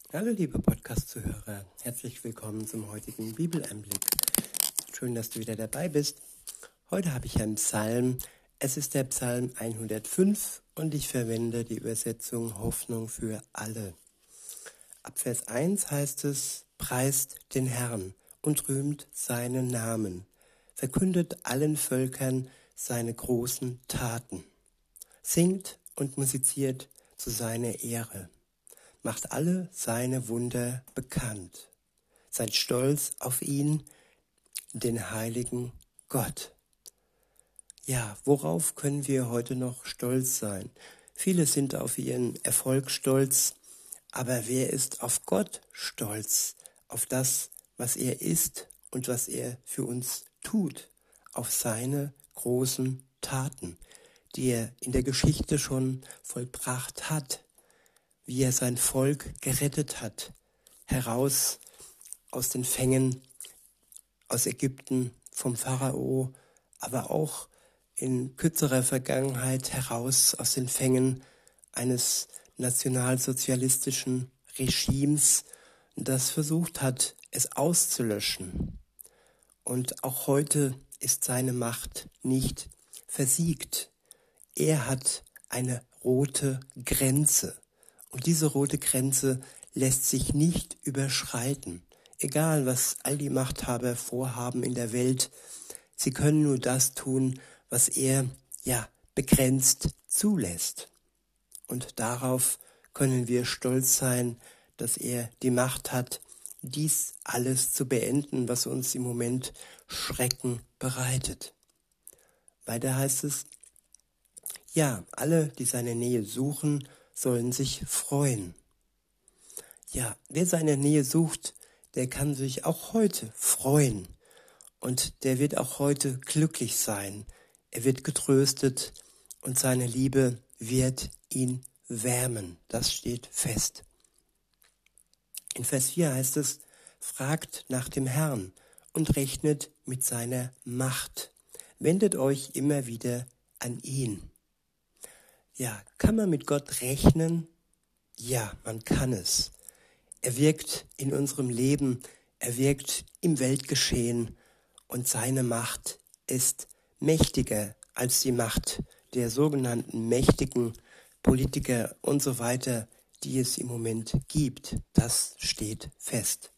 Hallo liebe Podcast-Zuhörer, herzlich willkommen zum heutigen Bibeleinblick. Schön, dass du wieder dabei bist. Heute habe ich einen Psalm. Es ist der Psalm 105 und ich verwende die Übersetzung Hoffnung für alle. Ab Vers 1 heißt es: Preist den Herrn und rühmt seinen Namen, verkündet allen Völkern seine großen Taten, singt und musiziert zu seiner Ehre. Macht alle seine Wunder bekannt. Seid stolz auf ihn, den heiligen Gott. Ja, worauf können wir heute noch stolz sein? Viele sind auf ihren Erfolg stolz, aber wer ist auf Gott stolz? Auf das, was er ist und was er für uns tut, auf seine großen Taten, die er in der Geschichte schon vollbracht hat, wie er sein Volk gerettet hat, heraus aus den Fängen aus Ägypten vom Pharao, aber auch in kürzerer Vergangenheit heraus aus den Fängen eines nationalsozialistischen Regimes, das versucht hat, es auszulöschen. Und auch heute ist seine Macht nicht versiegt. Er hat eine rote Grenze. Und diese rote Grenze lässt sich nicht überschreiten. Egal, was all die Machthaber vorhaben in der Welt, sie können nur das tun, was er, begrenzt zulässt. Und darauf können wir stolz sein, dass er die Macht hat, dies alles zu beenden, was uns im Moment Schrecken bereitet. Weiter heißt es: Ja, alle, die seine Nähe suchen, sollen sich freuen. Ja, wer seine Nähe sucht, der kann sich auch heute freuen. Und der wird auch heute glücklich sein. Er wird getröstet und seine Liebe wird ihn wärmen. Das steht fest. In Vers 4 heißt es: Fragt nach dem Herrn und rechnet mit seiner Macht. Wendet euch immer wieder an ihn. Ja, kann man mit Gott rechnen? Ja, man kann es. Er wirkt in unserem Leben, er wirkt im Weltgeschehen und seine Macht ist mächtiger als die Macht der sogenannten mächtigen Politiker und so weiter, die es im Moment gibt. Das steht fest.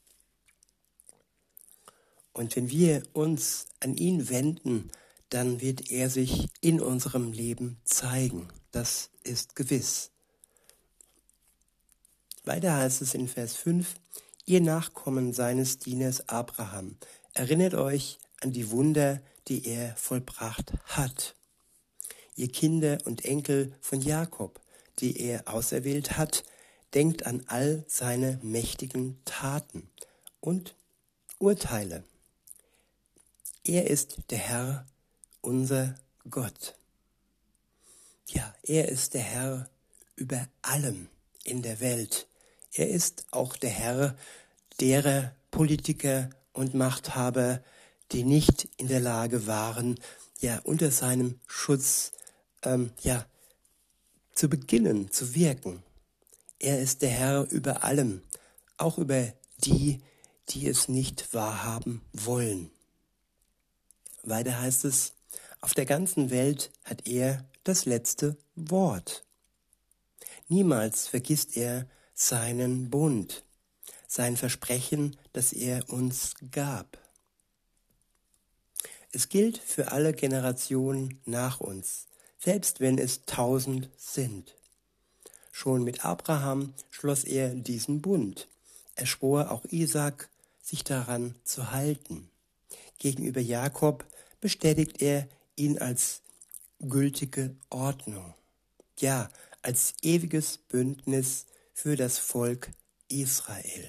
Und wenn wir uns an ihn wenden, dann wird er sich in unserem Leben zeigen. Das ist gewiss. Weiter heißt es in Vers 5: Ihr Nachkommen seines Dieners Abraham, erinnert euch an die Wunder, die er vollbracht hat. Ihr Kinder und Enkel von Jakob, die er auserwählt hat, denkt an all seine mächtigen Taten und Urteile. Er ist der Herr, unser Gott. Ja, er ist der Herr über allem in der Welt. Er ist auch der Herr derer Politiker und Machthaber, die nicht in der Lage waren, unter seinem Schutz zu beginnen, zu wirken. Er ist der Herr über allem, auch über die, die es nicht wahrhaben wollen. Weiter heißt es: Auf der ganzen Welt hat er das letzte Wort. Niemals vergisst er seinen Bund, sein Versprechen, das er uns gab. Es gilt für alle Generationen nach uns, selbst wenn es 1000 sind. Schon mit Abraham schloss er diesen Bund. Er schwor auch Isaak, sich daran zu halten. Gegenüber Jakob bestätigt er ihn als gültige Ordnung. Ja, als ewiges Bündnis für das Volk Israel.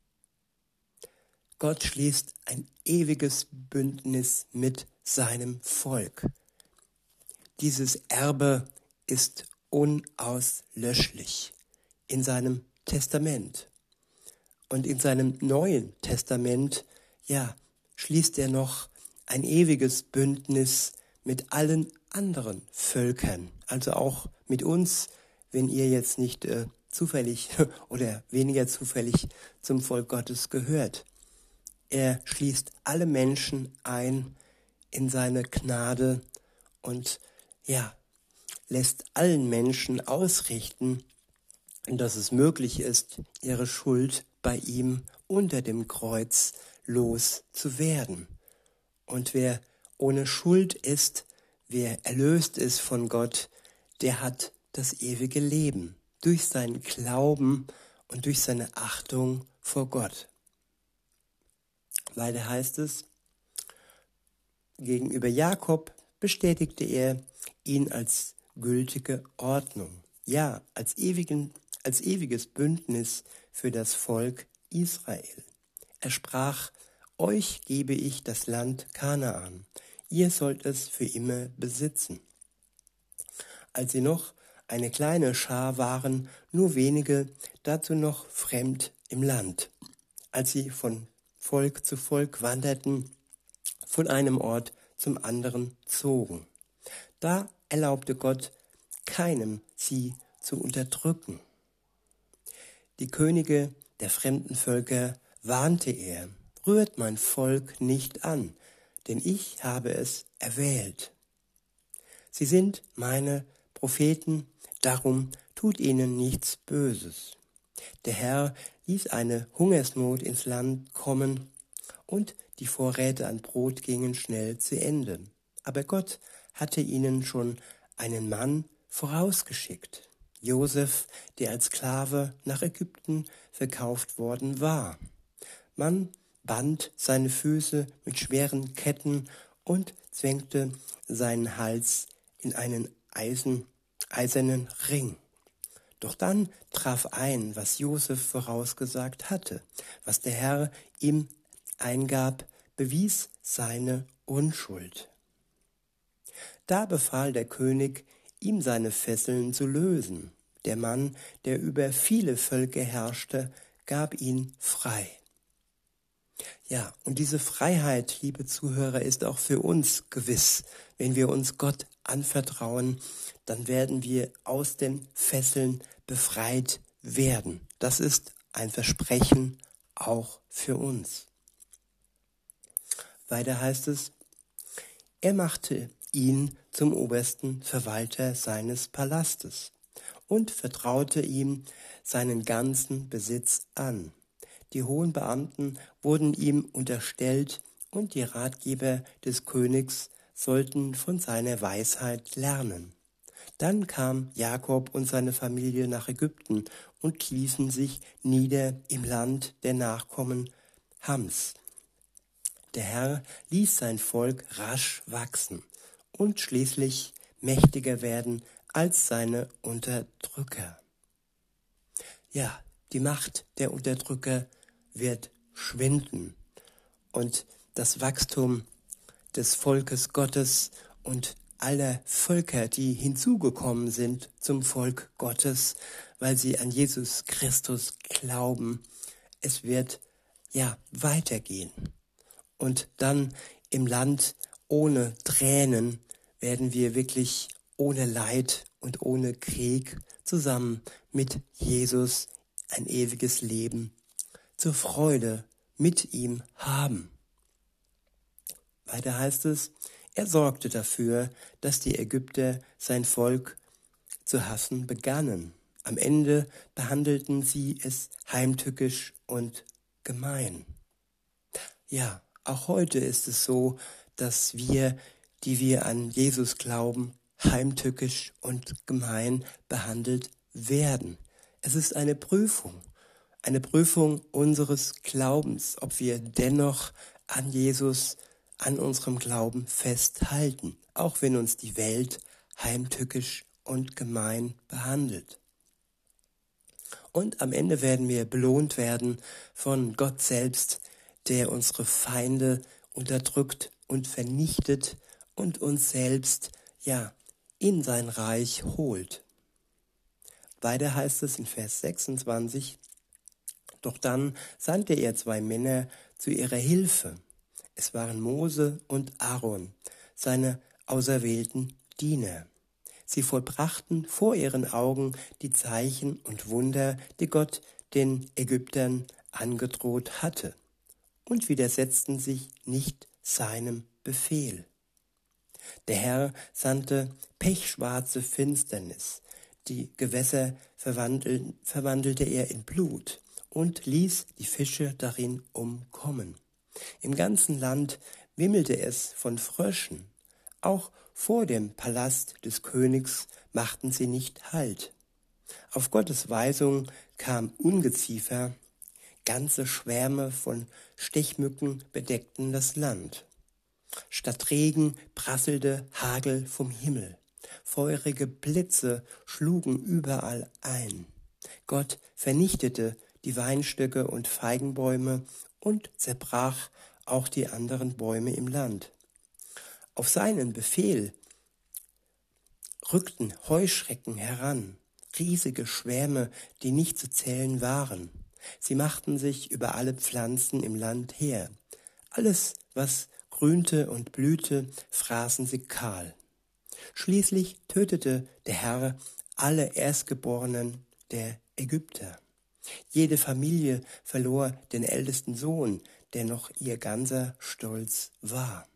Gott schließt ein ewiges Bündnis mit seinem Volk. Dieses Erbe ist unauslöschlich in seinem Testament. Und in seinem Neuen Testament, schließt er noch ein ewiges Bündnis mit allen anderen Völkern, also auch mit uns, wenn ihr jetzt nicht zufällig oder weniger zufällig zum Volk Gottes gehört. Er schließt alle Menschen ein in seine Gnade und ja, lässt allen Menschen ausrichten, dass es möglich ist, ihre Schuld bei ihm unter dem Kreuz loszuwerden. Und wer ohne Schuld ist, wer erlöst ist von Gott, der hat das ewige Leben durch seinen Glauben und durch seine Achtung vor Gott. Weiter heißt es, gegenüber Jakob bestätigte er ihn als gültige Ordnung, ja, als ewiges Bündnis für das Volk Israel. Er sprach, euch gebe ich das Land Kanaan, ihr sollt es für immer besitzen. Als sie noch eine kleine Schar waren, nur wenige, dazu noch fremd im Land. Als sie von Volk zu Volk wanderten, von einem Ort zum anderen zogen. Da erlaubte Gott keinem, sie zu unterdrücken. Die Könige der fremden Völker warnte er, rührt mein Volk nicht an, denn ich habe es erwählt. Sie sind meine Propheten, darum tut ihnen nichts Böses. Der Herr ließ eine Hungersnot ins Land kommen und die Vorräte an Brot gingen schnell zu Ende. Aber Gott hatte ihnen schon einen Mann vorausgeschickt, Josef, der als Sklave nach Ägypten verkauft worden war. Man band seine Füße mit schweren Ketten und zwängte seinen Hals in einen eisernen Ring. Doch dann traf ein, was Josef vorausgesagt hatte, was der Herr ihm eingab, bewies seine Unschuld. Da befahl der König, ihm seine Fesseln zu lösen. Der Mann, der über viele Völker herrschte, gab ihn frei. Ja, und diese Freiheit, liebe Zuhörer, ist auch für uns gewiss. Wenn wir uns Gott anvertrauen, dann werden wir aus den Fesseln befreit werden. Das ist ein Versprechen auch für uns. Weiter heißt es, er machte ihn zum obersten Verwalter seines Palastes und vertraute ihm seinen ganzen Besitz an. Die hohen Beamten wurden ihm unterstellt und die Ratgeber des Königs sollten von seiner Weisheit lernen. Dann kam Jakob und seine Familie nach Ägypten und ließen sich nieder im Land der Nachkommen Hams. Der Herr ließ sein Volk rasch wachsen und schließlich mächtiger werden als seine Unterdrücker. Ja, die Macht der Unterdrücker wird schwinden und das Wachstum des Volkes Gottes und aller Völker, die hinzugekommen sind zum Volk Gottes, weil sie an Jesus Christus glauben, es wird ja weitergehen. Und dann im Land ohne Tränen werden wir wirklich ohne Leid und ohne Krieg zusammen mit Jesus ein ewiges Leben zur Freude mit ihm haben. Weiter heißt es, er sorgte dafür, dass die Ägypter sein Volk zu hassen begannen. Am Ende behandelten sie es heimtückisch und gemein. Ja, auch heute ist es so, dass wir, die wir an Jesus glauben, heimtückisch und gemein behandelt werden. Es ist eine Prüfung unseres Glaubens, ob wir dennoch an Jesus, an unserem Glauben festhalten, auch wenn uns die Welt heimtückisch und gemein behandelt. Und am Ende werden wir belohnt werden von Gott selbst, der unsere Feinde unterdrückt und vernichtet und uns selbst, in sein Reich holt. Weiter heißt es in Vers 26, doch dann sandte er 2 Männer zu ihrer Hilfe. Es waren Mose und Aaron, seine auserwählten Diener. Sie vollbrachten vor ihren Augen die Zeichen und Wunder, die Gott den Ägyptern angedroht hatte, und widersetzten sich nicht seinem Befehl. Der Herr sandte pechschwarze Finsternis, die Gewässer verwandelte er in Blut und ließ die Fische darin umkommen. Im ganzen Land wimmelte es von Fröschen. Auch vor dem Palast des Königs machten sie nicht Halt. Auf Gottes Weisung kam Ungeziefer, ganze Schwärme von Stechmücken bedeckten das Land. Statt Regen prasselte Hagel vom Himmel. Feurige Blitze schlugen überall ein. Gott vernichtete die Weinstöcke und Feigenbäume und zerbrach auch die anderen Bäume im Land. Auf seinen Befehl rückten Heuschrecken heran, riesige Schwärme, die nicht zu zählen waren. Sie machten sich über alle Pflanzen im Land her. Alles, was grünte und blühte, fraßen sie kahl. Schließlich tötete der Herr alle Erstgeborenen der Ägypter. Jede Familie verlor den ältesten Sohn, der noch ihr ganzer Stolz war.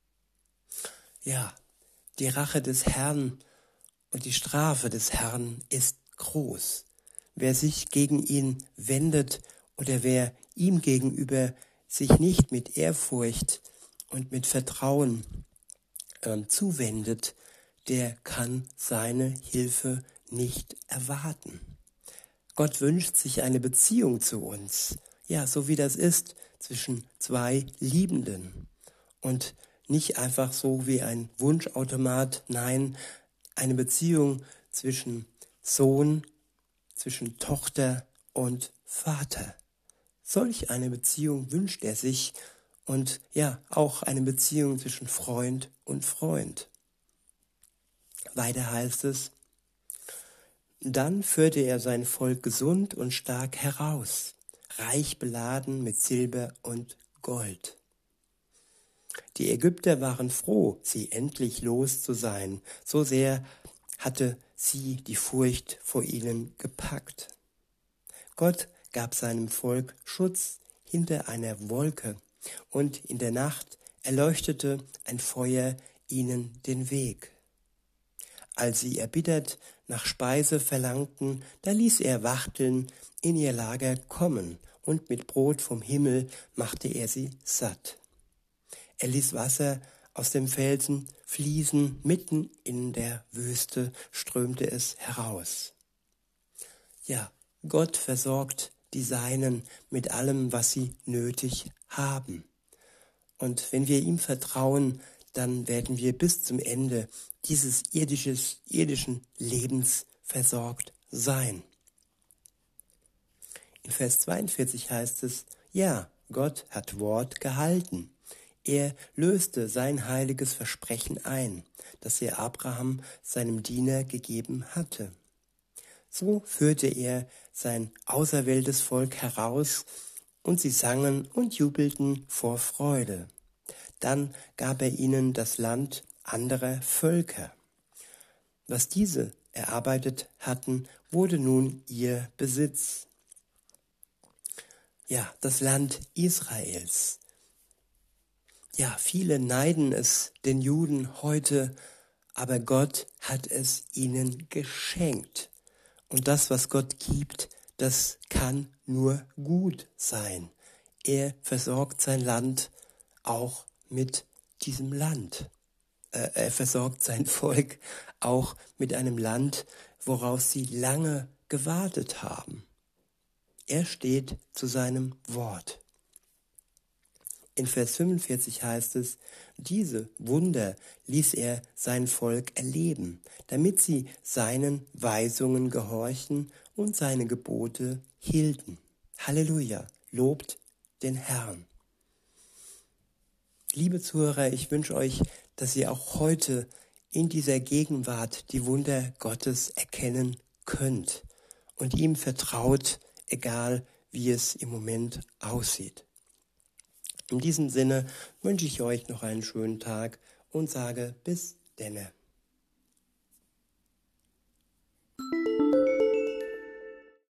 Ja, die Rache des Herrn und die Strafe des Herrn ist groß. Wer sich gegen ihn wendet oder wer ihm gegenüber sich nicht mit Ehrfurcht und mit Vertrauen zuwendet, der kann seine Hilfe nicht erwarten. Gott wünscht sich eine Beziehung zu uns, ja, so wie das ist zwischen zwei Liebenden und nicht einfach so wie ein Wunschautomat, nein, eine Beziehung zwischen Sohn, zwischen Tochter und Vater. Solch eine Beziehung wünscht er sich und ja, auch eine Beziehung zwischen Freund und Freund. Weiter heißt es, dann führte er sein Volk gesund und stark heraus, reich beladen mit Silber und Gold. Die Ägypter waren froh, sie endlich los zu sein, so sehr hatte sie die Furcht vor ihnen gepackt. Gott gab seinem Volk Schutz hinter einer Wolke, und in der Nacht erleuchtete ein Feuer ihnen den Weg. Als sie erbittert nach Speise verlangten, da ließ er Wachteln in ihr Lager kommen, und mit Brot vom Himmel machte er sie satt. Er ließ Wasser aus dem Felsen fließen, mitten in der Wüste strömte es heraus. Ja, Gott versorgt die Seinen mit allem, was sie nötig haben. Und wenn wir ihm vertrauen, dann werden wir bis zum Ende dieses irdischen Lebens versorgt sein. In Vers 42 heißt es, ja, Gott hat Wort gehalten. Er löste sein heiliges Versprechen ein, das er Abraham, seinem Diener, gegeben hatte. So führte er sein auserwähltes Volk heraus, und sie sangen und jubelten vor Freude. Dann gab er ihnen das Land anderer Völker. Was diese erarbeitet hatten, wurde nun ihr Besitz. Ja, das Land Israels. Ja, viele neiden es den Juden heute, aber Gott hat es ihnen geschenkt. Und das, was Gott gibt, das kann nur gut sein. Er versorgt sein Land auch mit diesem Land. Er versorgt sein Volk auch mit einem Land, woraus sie lange gewartet haben. Er steht zu seinem Wort. In Vers 45 heißt es, diese Wunder ließ er sein Volk erleben, damit sie seinen Weisungen gehorchen und seine Gebote hielten. Halleluja, lobt den Herrn. Liebe Zuhörer, ich wünsche euch, dass ihr auch heute in dieser Gegenwart die Wunder Gottes erkennen könnt und ihm vertraut, egal wie es im Moment aussieht. In diesem Sinne wünsche ich euch noch einen schönen Tag und sage bis denne.